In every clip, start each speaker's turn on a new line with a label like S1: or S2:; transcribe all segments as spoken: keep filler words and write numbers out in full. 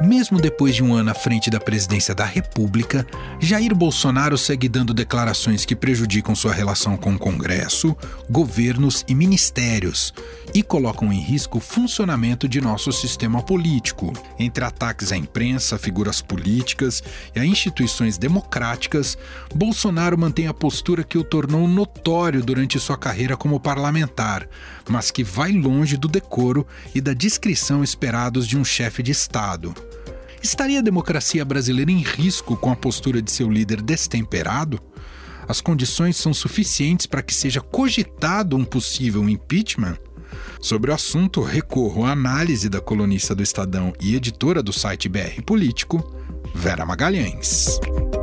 S1: Mesmo depois de um ano à frente da presidência da República, Jair Bolsonaro segue dando declarações que prejudicam sua relação com o Congresso, governos e ministérios e colocam em risco o funcionamento de nosso sistema político. Entre ataques à imprensa, figuras políticas e a instituições democráticas, Bolsonaro mantém a postura que o tornou notório durante sua carreira como parlamentar, mas que vai longe do decoro e da discrição esperados de um chefe de Estado. Estaria a democracia brasileira em risco com a postura de seu líder destemperado? As condições são suficientes para que seja cogitado um possível impeachment? Sobre o assunto, recorro à análise da colunista do Estadão e editora do site B R Político, Vera Magalhães.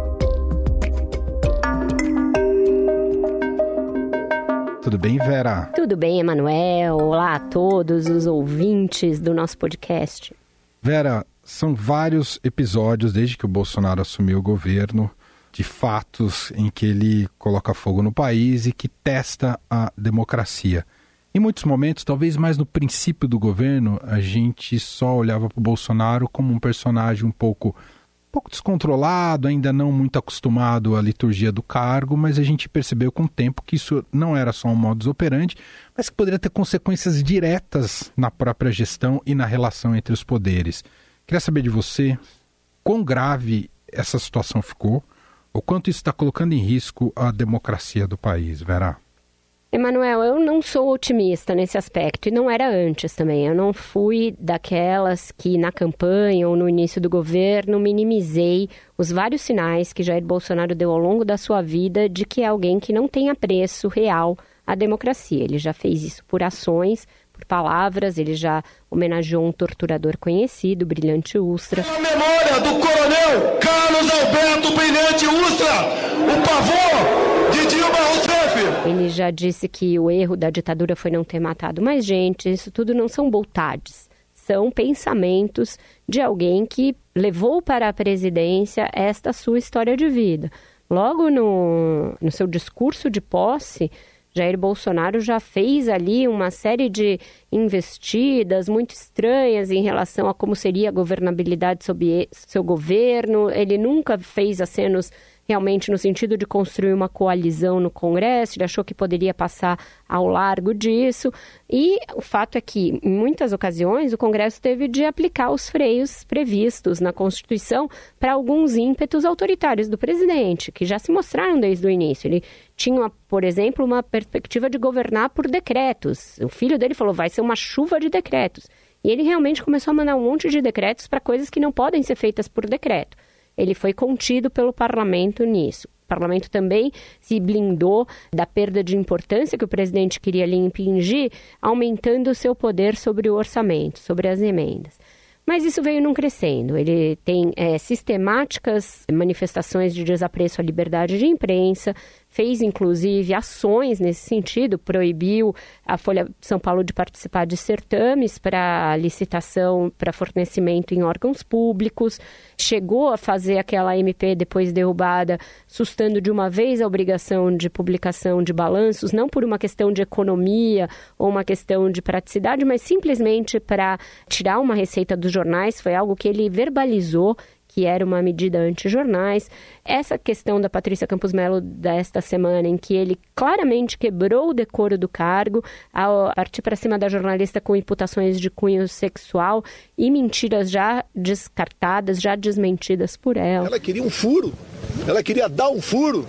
S1: Tudo bem, Vera?
S2: Tudo bem, Emanuel. Olá a todos os ouvintes do nosso podcast.
S1: Vera, são vários episódios desde que o Bolsonaro assumiu o governo de fatos em que ele coloca fogo no país e que testa a democracia. Em muitos momentos, talvez mais no princípio do governo, a gente só olhava para o Bolsonaro como um personagem um pouco, um pouco descontrolado, ainda não muito acostumado à liturgia do cargo, mas a gente percebeu com o tempo que isso não era só um modus operandi, mas que poderia ter consequências diretas na própria gestão e na relação entre os poderes. Queria saber de você quão grave essa situação ficou, o quanto isso está colocando em risco a democracia do país, Vera.
S2: Emanuel, eu não sou otimista nesse aspecto e não era antes também. Eu não fui daquelas que na campanha ou no início do governo minimizei os vários sinais que Jair Bolsonaro deu ao longo da sua vida de que é alguém que não tem apreço real à democracia. Ele já fez isso por ações, por palavras, ele já homenageou um torturador conhecido, Brilhante Ustra.
S3: A memória do coronel Carlos Alberto Brilhante Ustra, o pavor de Dilma Rousseff.
S2: Ele já disse que o erro da ditadura foi não ter matado mais gente. Isso tudo não são boutades, são pensamentos de alguém que levou para a presidência esta sua história de vida. Logo no, no seu discurso de posse, Jair Bolsonaro já fez ali uma série de investidas muito estranhas em relação a como seria a governabilidade sob seu governo. Ele nunca fez acenos realmente no sentido de construir uma coalizão no Congresso, ele achou que poderia passar ao largo disso. E o fato é que, em muitas ocasiões, o Congresso teve de aplicar os freios previstos na Constituição para alguns ímpetos autoritários do presidente, que já se mostraram desde o início. Ele tinha, por exemplo, uma perspectiva de governar por decretos. O filho dele falou, vai ser uma chuva de decretos. E ele realmente começou a mandar um monte de decretos para coisas que não podem ser feitas por decreto. Ele foi contido pelo parlamento nisso. O parlamento também se blindou da perda de importância que o presidente queria lhe impingir, aumentando o seu poder sobre o orçamento, sobre as emendas. Mas isso veio não crescendo. Ele tem é, sistemáticas manifestações de desapreço à liberdade de imprensa, fez inclusive ações nesse sentido, proibiu a Folha de São Paulo de participar de certames para licitação, para fornecimento em órgãos públicos, chegou a fazer aquela M P depois derrubada, sustando de uma vez a obrigação de publicação de balanços, não por uma questão de economia ou uma questão de praticidade, mas simplesmente para tirar uma receita dos jornais, foi algo que ele verbalizou, que era uma medida anti-jornais. Essa questão da Patrícia Campos Melo desta semana, em que ele claramente quebrou o decoro do cargo, ao partir para cima da jornalista com imputações de cunho sexual e mentiras já descartadas, já desmentidas por ela.
S3: Ela queria um furo, ela queria dar um furo.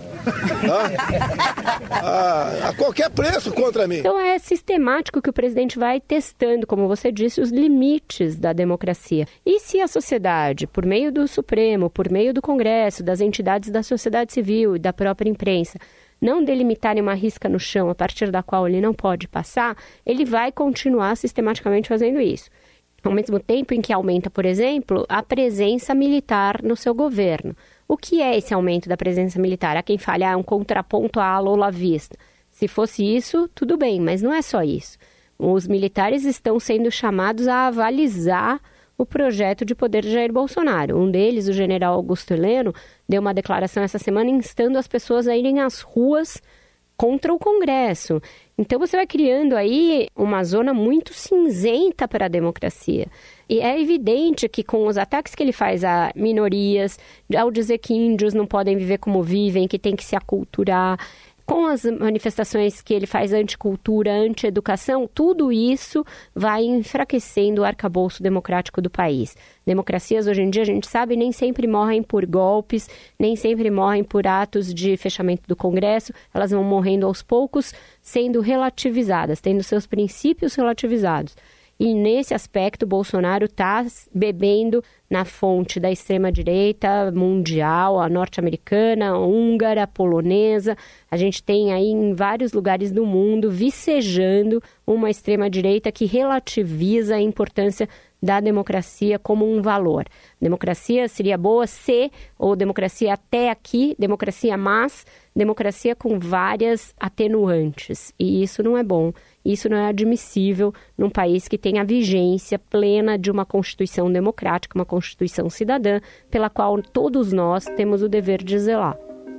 S3: Tá? A, a qualquer preço contra mim.
S2: Então é sistemático que o presidente vai testando, como você disse, os limites da democracia. E se a sociedade, por meio do Supremo, por meio do Congresso, das entidades da sociedade civil e da própria imprensa, não delimitarem uma risca no chão a partir da qual ele não pode passar, ele vai continuar sistematicamente fazendo isso. Ao mesmo tempo em que aumenta, por exemplo, a presença militar no seu governo. O que é esse aumento da presença militar? Há quem fale, ah, é um contraponto à ala olavista. Se fosse isso, tudo bem, mas não é só isso. Os militares estão sendo chamados a avalizar o projeto de poder de Jair Bolsonaro. Um deles, o general Augusto Heleno, deu uma declaração essa semana instando as pessoas a irem às ruas contra o Congresso. Então você vai criando aí uma zona muito cinzenta para a democracia. E é evidente que com os ataques que ele faz a minorias, ao dizer que índios não podem viver como vivem, que tem que se aculturar, com as manifestações que ele faz anticultura, anti-educação, tudo isso vai enfraquecendo o arcabouço democrático do país. Democracias, hoje em dia, a gente sabe, nem sempre morrem por golpes, nem sempre morrem por atos de fechamento do Congresso, elas vão morrendo aos poucos, sendo relativizadas, tendo seus princípios relativizados. E nesse aspecto, Bolsonaro está bebendo na fonte da extrema-direita mundial, a norte-americana, a húngara, a polonesa. A gente tem aí em vários lugares do mundo vicejando uma extrema-direita que relativiza a importância da democracia como um valor. Democracia seria boa se, ou democracia até aqui, democracia mas, democracia com várias atenuantes. E isso não é bom. Isso não é admissível num país que tem a vigência plena de uma Constituição democrática, uma Constituição cidadã, pela qual todos nós temos o dever de zelar.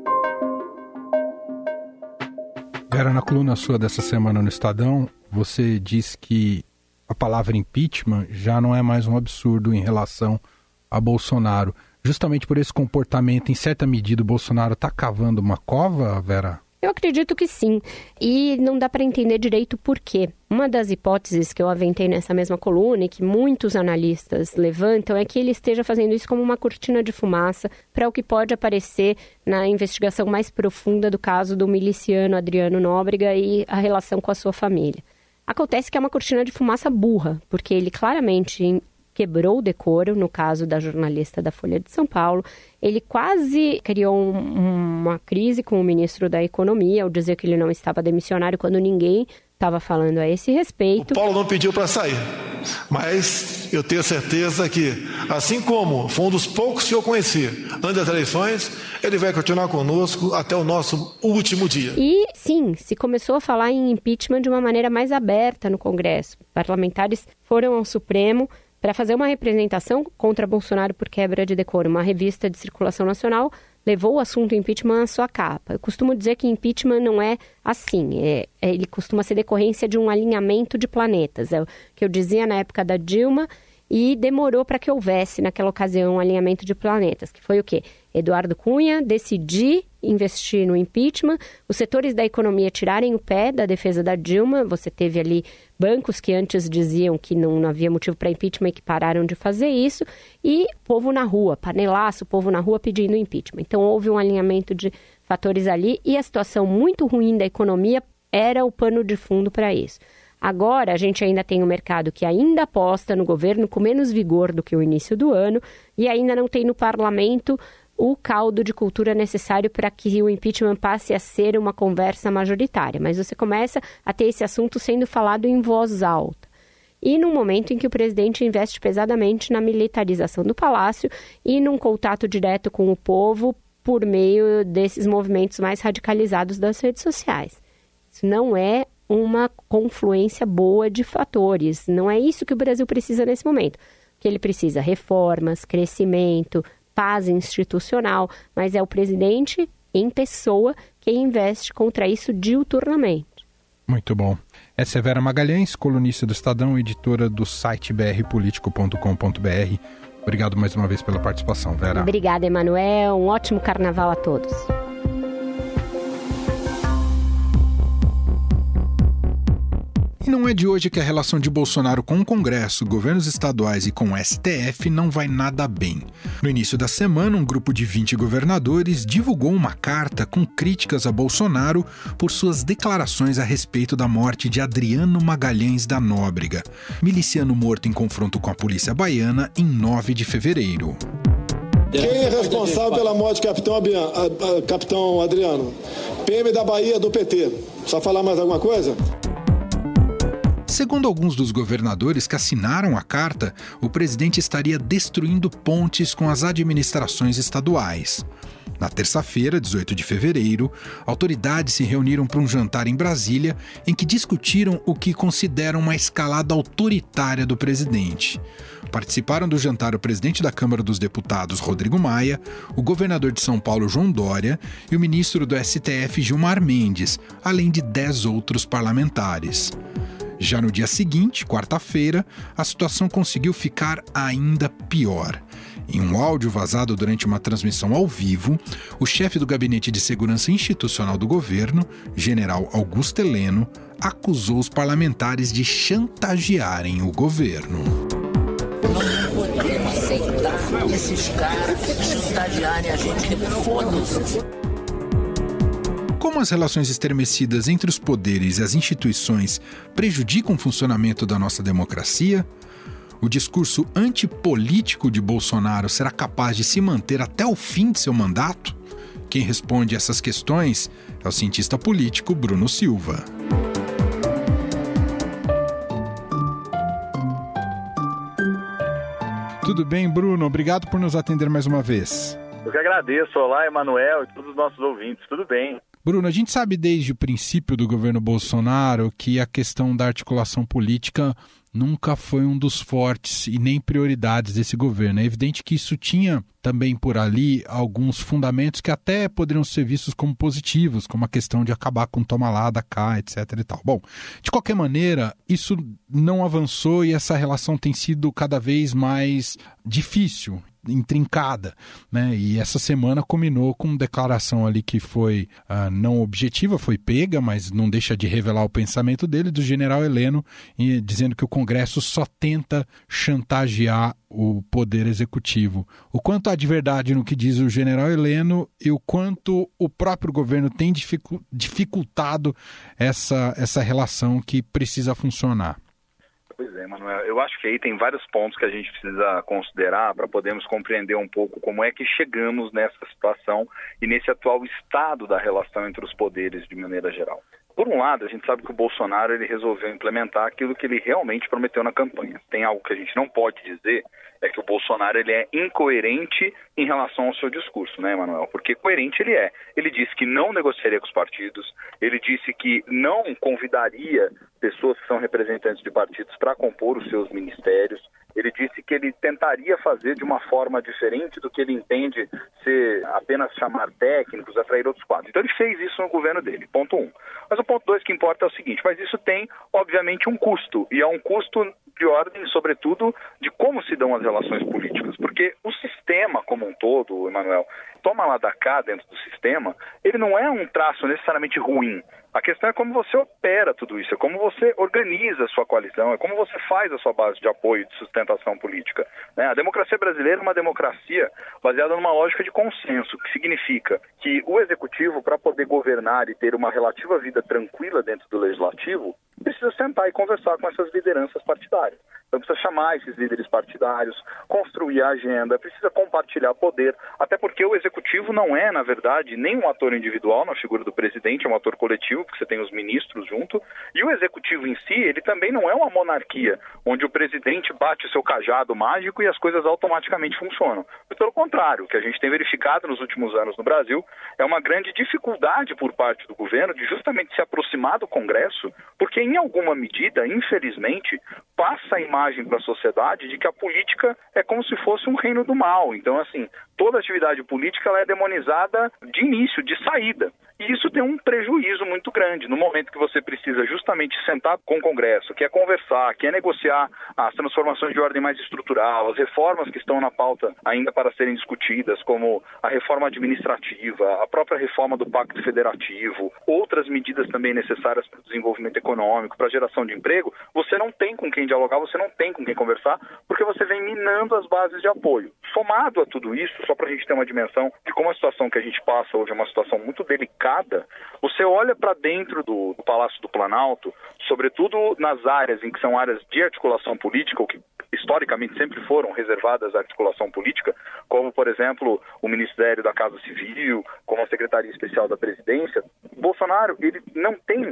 S1: Vera, na coluna sua dessa semana no Estadão, você diz que a palavra impeachment já não é mais um absurdo em relação a Bolsonaro. Justamente por esse comportamento, em certa medida, o Bolsonaro está cavando uma cova, Vera?
S2: Eu acredito que sim, e não dá para entender direito por quê. Uma das hipóteses que eu aventei nessa mesma coluna e que muitos analistas levantam é que ele esteja fazendo isso como uma cortina de fumaça para o que pode aparecer na investigação mais profunda do caso do miliciano Adriano Nóbrega e a relação com a sua família. Acontece que é uma cortina de fumaça burra, porque ele claramente quebrou o decoro, no caso da jornalista da Folha de São Paulo. Ele quase criou um, uma crise com o ministro da Economia, ao dizer que ele não estava demissionário, quando ninguém estava falando a esse respeito.
S3: O Paulo não pediu para sair, mas eu tenho certeza que, assim como foi um dos poucos que eu conheci antes das eleições, ele vai continuar conosco até o nosso último dia.
S2: E, sim, se começou a falar em impeachment de uma maneira mais aberta no Congresso. Parlamentares foram ao Supremo para fazer uma representação contra Bolsonaro por quebra de decoro. Uma revista de circulação nacional levou o assunto impeachment à sua capa. Eu costumo dizer que impeachment não é assim. É, é, ele costuma ser decorrência de um alinhamento de planetas. É o que eu dizia na época da Dilma e demorou para que houvesse, naquela ocasião, um alinhamento de planetas. Que foi o quê? Eduardo Cunha decidir investir no impeachment, os setores da economia tirarem o pé da defesa da Dilma. Você teve ali bancos que antes diziam que não, não havia motivo para impeachment e que pararam de fazer isso, e povo na rua, panelaço, povo na rua pedindo impeachment. Então houve um alinhamento de fatores ali e a situação muito ruim da economia era o pano de fundo para isso. Agora, a gente ainda tem um mercado que ainda aposta no governo com menos vigor do que o início do ano e ainda não tem no parlamento o caldo de cultura necessário para que o impeachment passe a ser uma conversa majoritária. Mas você começa a ter esse assunto sendo falado em voz alta. E num momento em que o presidente investe pesadamente na militarização do palácio e num contato direto com o povo por meio desses movimentos mais radicalizados das redes sociais. Isso não é uma confluência boa de fatores. Não é isso que o Brasil precisa nesse momento. O que ele precisa? Reformas, crescimento, paz institucional, mas é o presidente em pessoa que investe contra isso diuturnamente.
S1: Muito bom. Essa é Vera Magalhães, colunista do Estadão, editora do site b r político ponto com ponto b r. Obrigado mais uma vez pela participação, Vera.
S2: Obrigada, Emanuel. Um ótimo carnaval a todos.
S1: E não é de hoje que a relação de Bolsonaro com o Congresso, governos estaduais e com o S T F não vai nada bem. No início da semana, um grupo de vinte governadores divulgou uma carta com críticas a Bolsonaro por suas declarações a respeito da morte de Adriano Magalhães da Nóbrega, miliciano morto em confronto com a polícia baiana em nove de fevereiro.
S3: Quem é responsável pela morte do capitão, Abian, a, a, capitão Adriano? P M da Bahia do P T. Só falar mais alguma coisa?
S1: Segundo alguns dos governadores que assinaram a carta, o presidente estaria destruindo pontes com as administrações estaduais. Na terça-feira, dezoito de fevereiro, autoridades se reuniram para um jantar em Brasília em que discutiram o que consideram uma escalada autoritária do presidente. Participaram do jantar o presidente da Câmara dos Deputados, Rodrigo Maia, o governador de São Paulo, João Dória, e o ministro do S T F, Gilmar Mendes, além de dez outros parlamentares. Já no dia seguinte, quarta-feira, a situação conseguiu ficar ainda pior. Em um áudio vazado durante uma transmissão ao vivo, o chefe do Gabinete de Segurança Institucional do governo, general Augusto Heleno, acusou os parlamentares de chantagearem o governo.
S4: Não podemos aceitar esses caras chantagearem a gente, foda-se.
S1: Como as relações estremecidas entre os poderes e as instituições prejudicam o funcionamento da nossa democracia? O discurso antipolítico de Bolsonaro será capaz de se manter até o fim de seu mandato? Quem responde essas questões é o cientista político Bruno Silva. Tudo bem, Bruno? Obrigado por nos atender mais uma vez.
S5: Eu que agradeço. Olá, Emanuel e todos os nossos ouvintes. Tudo bem?
S1: Bruno, a gente sabe desde o princípio do governo Bolsonaro que a questão da articulação política nunca foi um dos fortes e nem prioridades desse governo. É evidente que isso tinha também por ali alguns fundamentos que até poderiam ser vistos como positivos, como a questão de acabar com toma lá, da cá, etc e tal. Bom, de qualquer maneira, isso não avançou e essa relação tem sido cada vez mais difícil, intrincada, né? E essa semana culminou com uma declaração ali que foi uh, não objetiva, foi pega, mas não deixa de revelar o pensamento dele, do general Heleno, e, dizendo que o Congresso só tenta chantagear o poder executivo. O quanto há de verdade no que diz o general Heleno e o quanto o próprio governo tem dificu- dificultado essa, essa relação que precisa funcionar.
S5: Pois é, Manuel, eu acho que aí tem vários pontos que a gente precisa considerar para podermos compreender um pouco como é que chegamos nessa situação e nesse atual estado da relação entre os poderes de maneira geral. Por um lado, a gente sabe que o Bolsonaro ele resolveu implementar aquilo que ele realmente prometeu na campanha. Tem algo que a gente não pode dizer, é que o Bolsonaro ele é incoerente em relação ao seu discurso, né, Emanuel? Porque coerente ele é. Ele disse que não negociaria com os partidos, ele disse que não convidaria pessoas que são representantes de partidos para compor os seus ministérios, ele disse que ele tentaria fazer de uma forma diferente do que ele entende ser apenas chamar técnicos, atrair outros quadros. Então ele fez isso no governo dele, ponto um. Mas o ponto dois que importa é o seguinte, mas isso tem, obviamente, um custo, e é um custo de ordem, sobretudo, de como se dão as relações políticas, porque o sistema como um todo, Emanuel, toma lá da cá dentro do sistema, ele não é um traço necessariamente ruim. A questão é como você opera tudo isso, é como você organiza a sua coalizão, é como você faz a sua base de apoio e de sustentação política, né? A democracia brasileira é uma democracia baseada numa lógica de consenso, que significa que o executivo, para poder governar e ter uma relativa vida tranquila dentro do legislativo, precisa sentar e conversar com essas lideranças partidárias. Então precisa chamar esses líderes partidários, construir a agenda, precisa compartilhar poder, até porque o executivo não é, na verdade, nem um ator individual na figura do presidente, é um ator coletivo, porque você tem os ministros junto, e o executivo em si, ele também não é uma monarquia, onde o presidente bate o seu cajado mágico e as coisas automaticamente funcionam. Pelo contrário, o que a gente tem verificado nos últimos anos no Brasil é uma grande dificuldade por parte do governo de justamente se aproximar do Congresso, porque em alguma medida, infelizmente, passa a imagem para a sociedade de que a política é como se fosse um reino do mal. Então, assim, toda atividade política ela é demonizada de início, de saída. E isso tem um prejuízo muito grande. No momento que você precisa justamente sentar com o Congresso, quer conversar, quer negociar as transformações de ordem mais estrutural, as reformas que estão na pauta ainda para serem discutidas, como a reforma administrativa, a própria reforma do Pacto Federativo, outras medidas também necessárias para o desenvolvimento econômico, para a geração de emprego, você não tem com quem dialogar, você não tem com quem conversar, porque você vem minando as bases de apoio. Somado a tudo isso, só para a gente ter uma dimensão de como a situação que a gente passa hoje é uma situação muito delicada, você olha para dentro do, do Palácio do Planalto, sobretudo nas áreas em que são áreas de articulação política, ou que historicamente sempre foram reservadas à articulação política, como, por exemplo, o Ministério da Casa Civil, como a Secretaria Especial da Presidência, Bolsonaro, ele não tem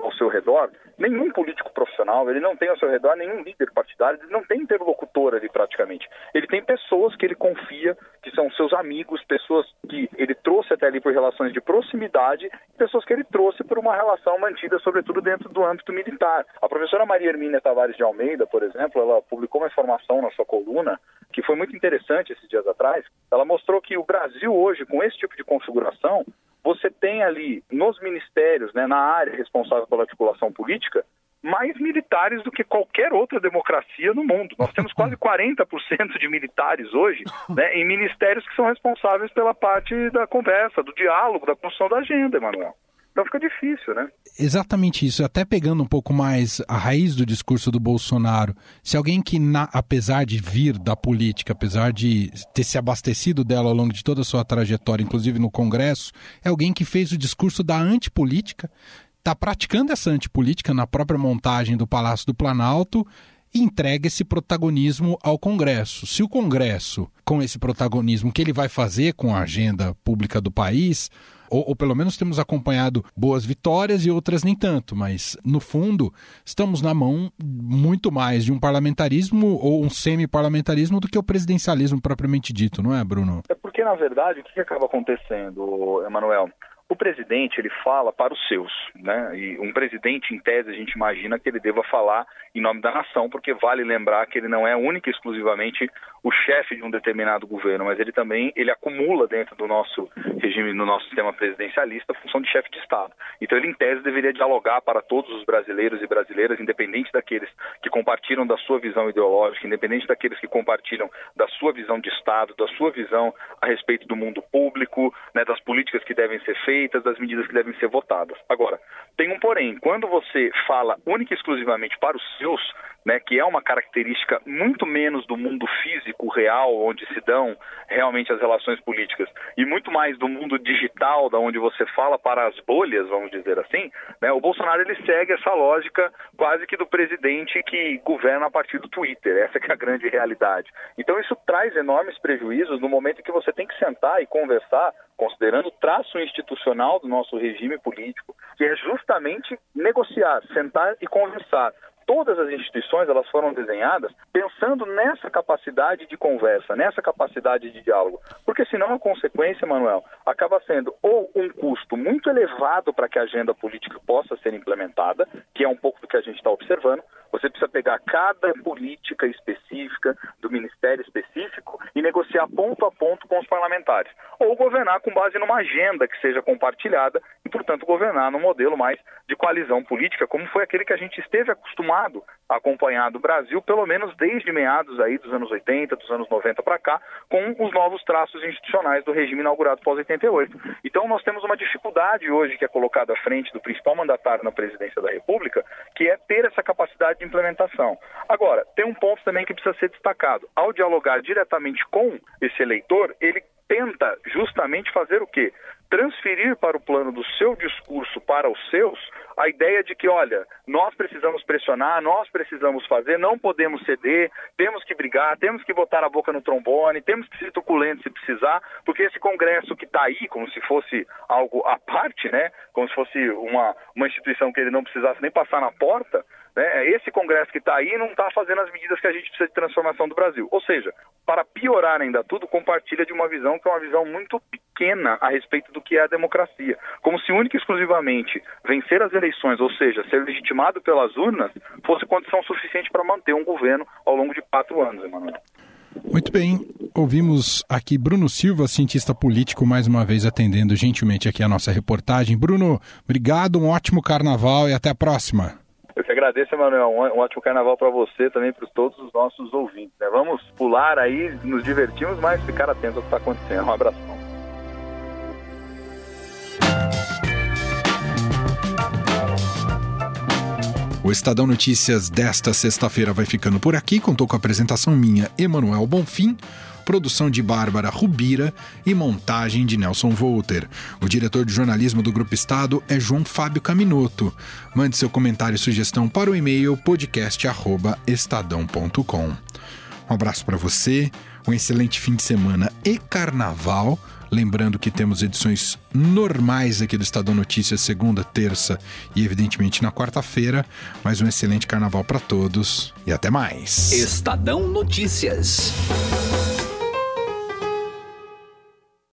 S5: ao seu redor, nenhum político profissional, ele não tem ao seu redor nenhum líder partidário, ele não tem interlocutor ali praticamente. Ele tem pessoas que ele confia, que são seus amigos, pessoas que ele trouxe até ali por relações de proximidade, pessoas que ele trouxe por uma relação mantida, sobretudo dentro do âmbito militar. A professora Maria Hermínia Tavares de Almeida, por exemplo, ela publicou uma informação na sua coluna que foi muito interessante esses dias atrás. Ela mostrou que o Brasil hoje, com esse tipo de configuração, você tem ali nos ministérios, né, na área responsável pela articulação política, mais militares do que qualquer outra democracia no mundo. Nós temos quase quarenta por cento de militares hoje, né, em ministérios que são responsáveis pela parte da conversa, do diálogo, da construção da agenda, Emanuel. Então fica difícil, né?
S1: Exatamente isso. Até pegando um pouco mais a raiz do discurso do Bolsonaro, se alguém que, na, apesar de vir da política, apesar de ter se abastecido dela ao longo de toda a sua trajetória, inclusive no Congresso, é alguém que fez o discurso da antipolítica, está praticando essa antipolítica na própria montagem do Palácio do Planalto e entrega esse protagonismo ao Congresso. Se o Congresso, com esse protagonismo que ele vai fazer com a agenda pública do país, ou, ou pelo menos temos acompanhado boas vitórias e outras nem tanto, mas no fundo estamos na mão muito mais de um parlamentarismo ou um semi-parlamentarismo do que o presidencialismo propriamente dito, não é, Bruno?
S5: É porque, na verdade, o que acaba acontecendo, Emanuel? O presidente, ele fala para os seus, né? E um presidente, em tese, a gente imagina que ele deva falar em nome da nação, porque vale lembrar que ele não é única e exclusivamente o chefe de um determinado governo, mas ele também, ele acumula dentro do nosso regime, no nosso sistema presidencialista, a função de chefe de Estado. Então ele, em tese, deveria dialogar para todos os brasileiros e brasileiras, independente daqueles que compartilham da sua visão ideológica, independente daqueles que compartilham da sua visão de Estado, da sua visão a respeito do mundo público, né, das políticas que devem ser feitas, das medidas que devem ser votadas. Agora, tem um porém, quando você fala única e exclusivamente para os seus, né, que é uma característica muito menos do mundo físico real, onde se dão realmente as relações políticas, e muito mais do mundo digital, da onde você fala para as bolhas, vamos dizer assim, né, o Bolsonaro ele segue essa lógica quase que do presidente que governa a partir do Twitter. Essa que é a grande realidade. Então isso traz enormes prejuízos no momento em que você tem que sentar e conversar, considerando o traço institucional do nosso regime político, que é justamente negociar, sentar e conversar. Todas as instituições, elas foram desenhadas pensando nessa capacidade de conversa, nessa capacidade de diálogo. Porque senão a consequência, Manuel, acaba sendo ou um custo muito elevado para que a agenda política possa ser implementada, que é um pouco do que a gente está observando. Você precisa pegar cada política específica do ministério específico e negociar ponto a ponto com os parlamentares. Ou governar com base numa agenda que seja compartilhada e, portanto, governar num modelo mais de coalizão política, como foi aquele que a gente esteve acostumado a acompanhar do Brasil, pelo menos desde meados aí dos anos oitenta, dos anos noventa para cá, com os novos traços institucionais do regime inaugurado pós oitenta e oito. Então nós temos uma dificuldade hoje que é colocada à frente do principal mandatário na presidência da República, que é ter essa capacidade de implementação. Agora, tem um ponto também que precisa ser destacado. Ao dialogar diretamente com esse eleitor, ele tenta justamente fazer o quê? Transferir para o plano do seu discurso para os seus a ideia de que, olha, nós precisamos pressionar, nós precisamos fazer, não podemos ceder, temos que brigar, temos que botar a boca no trombone, temos que ser truculentos se precisar, porque esse Congresso que está aí, como se fosse algo à parte, né, como se fosse uma, uma instituição que ele não precisasse nem passar na porta, né, esse Congresso que está aí não está fazendo as medidas que a gente precisa de transformação do Brasil. Ou seja, para piorar ainda tudo, compartilha de uma visão que é uma visão muito pequena a respeito do que é a democracia. Como se única e exclusivamente vencer as eleições, ou seja, ser legitimado pelas urnas, fosse condição suficiente para manter um governo ao longo de quatro anos, Emanuel.
S1: Muito bem, ouvimos aqui Bruno Silva, cientista político, mais uma vez atendendo gentilmente aqui a nossa reportagem. Bruno, obrigado, um ótimo carnaval e até a próxima.
S5: Eu que agradeço, Emanuel. Um ótimo carnaval para você, também para todos os nossos ouvintes, né? Vamos pular aí, nos divertimos, mas ficar atentos ao que está acontecendo. Um abração.
S1: O Estadão Notícias desta sexta-feira vai ficando por aqui. Contou com a apresentação minha, Emanuel Bonfim, produção de Bárbara Rubira e montagem de Nelson Volter. O diretor de jornalismo do Grupo Estado é João Fábio Caminoto. Mande seu comentário e sugestão para o e-mail podcast arroba estadão ponto com. Um abraço para você, um excelente fim de semana e carnaval. Lembrando que temos edições normais aqui do Estadão Notícias, segunda, terça e evidentemente na quarta-feira. Mais um excelente carnaval para todos e até mais.
S6: Estadão Notícias.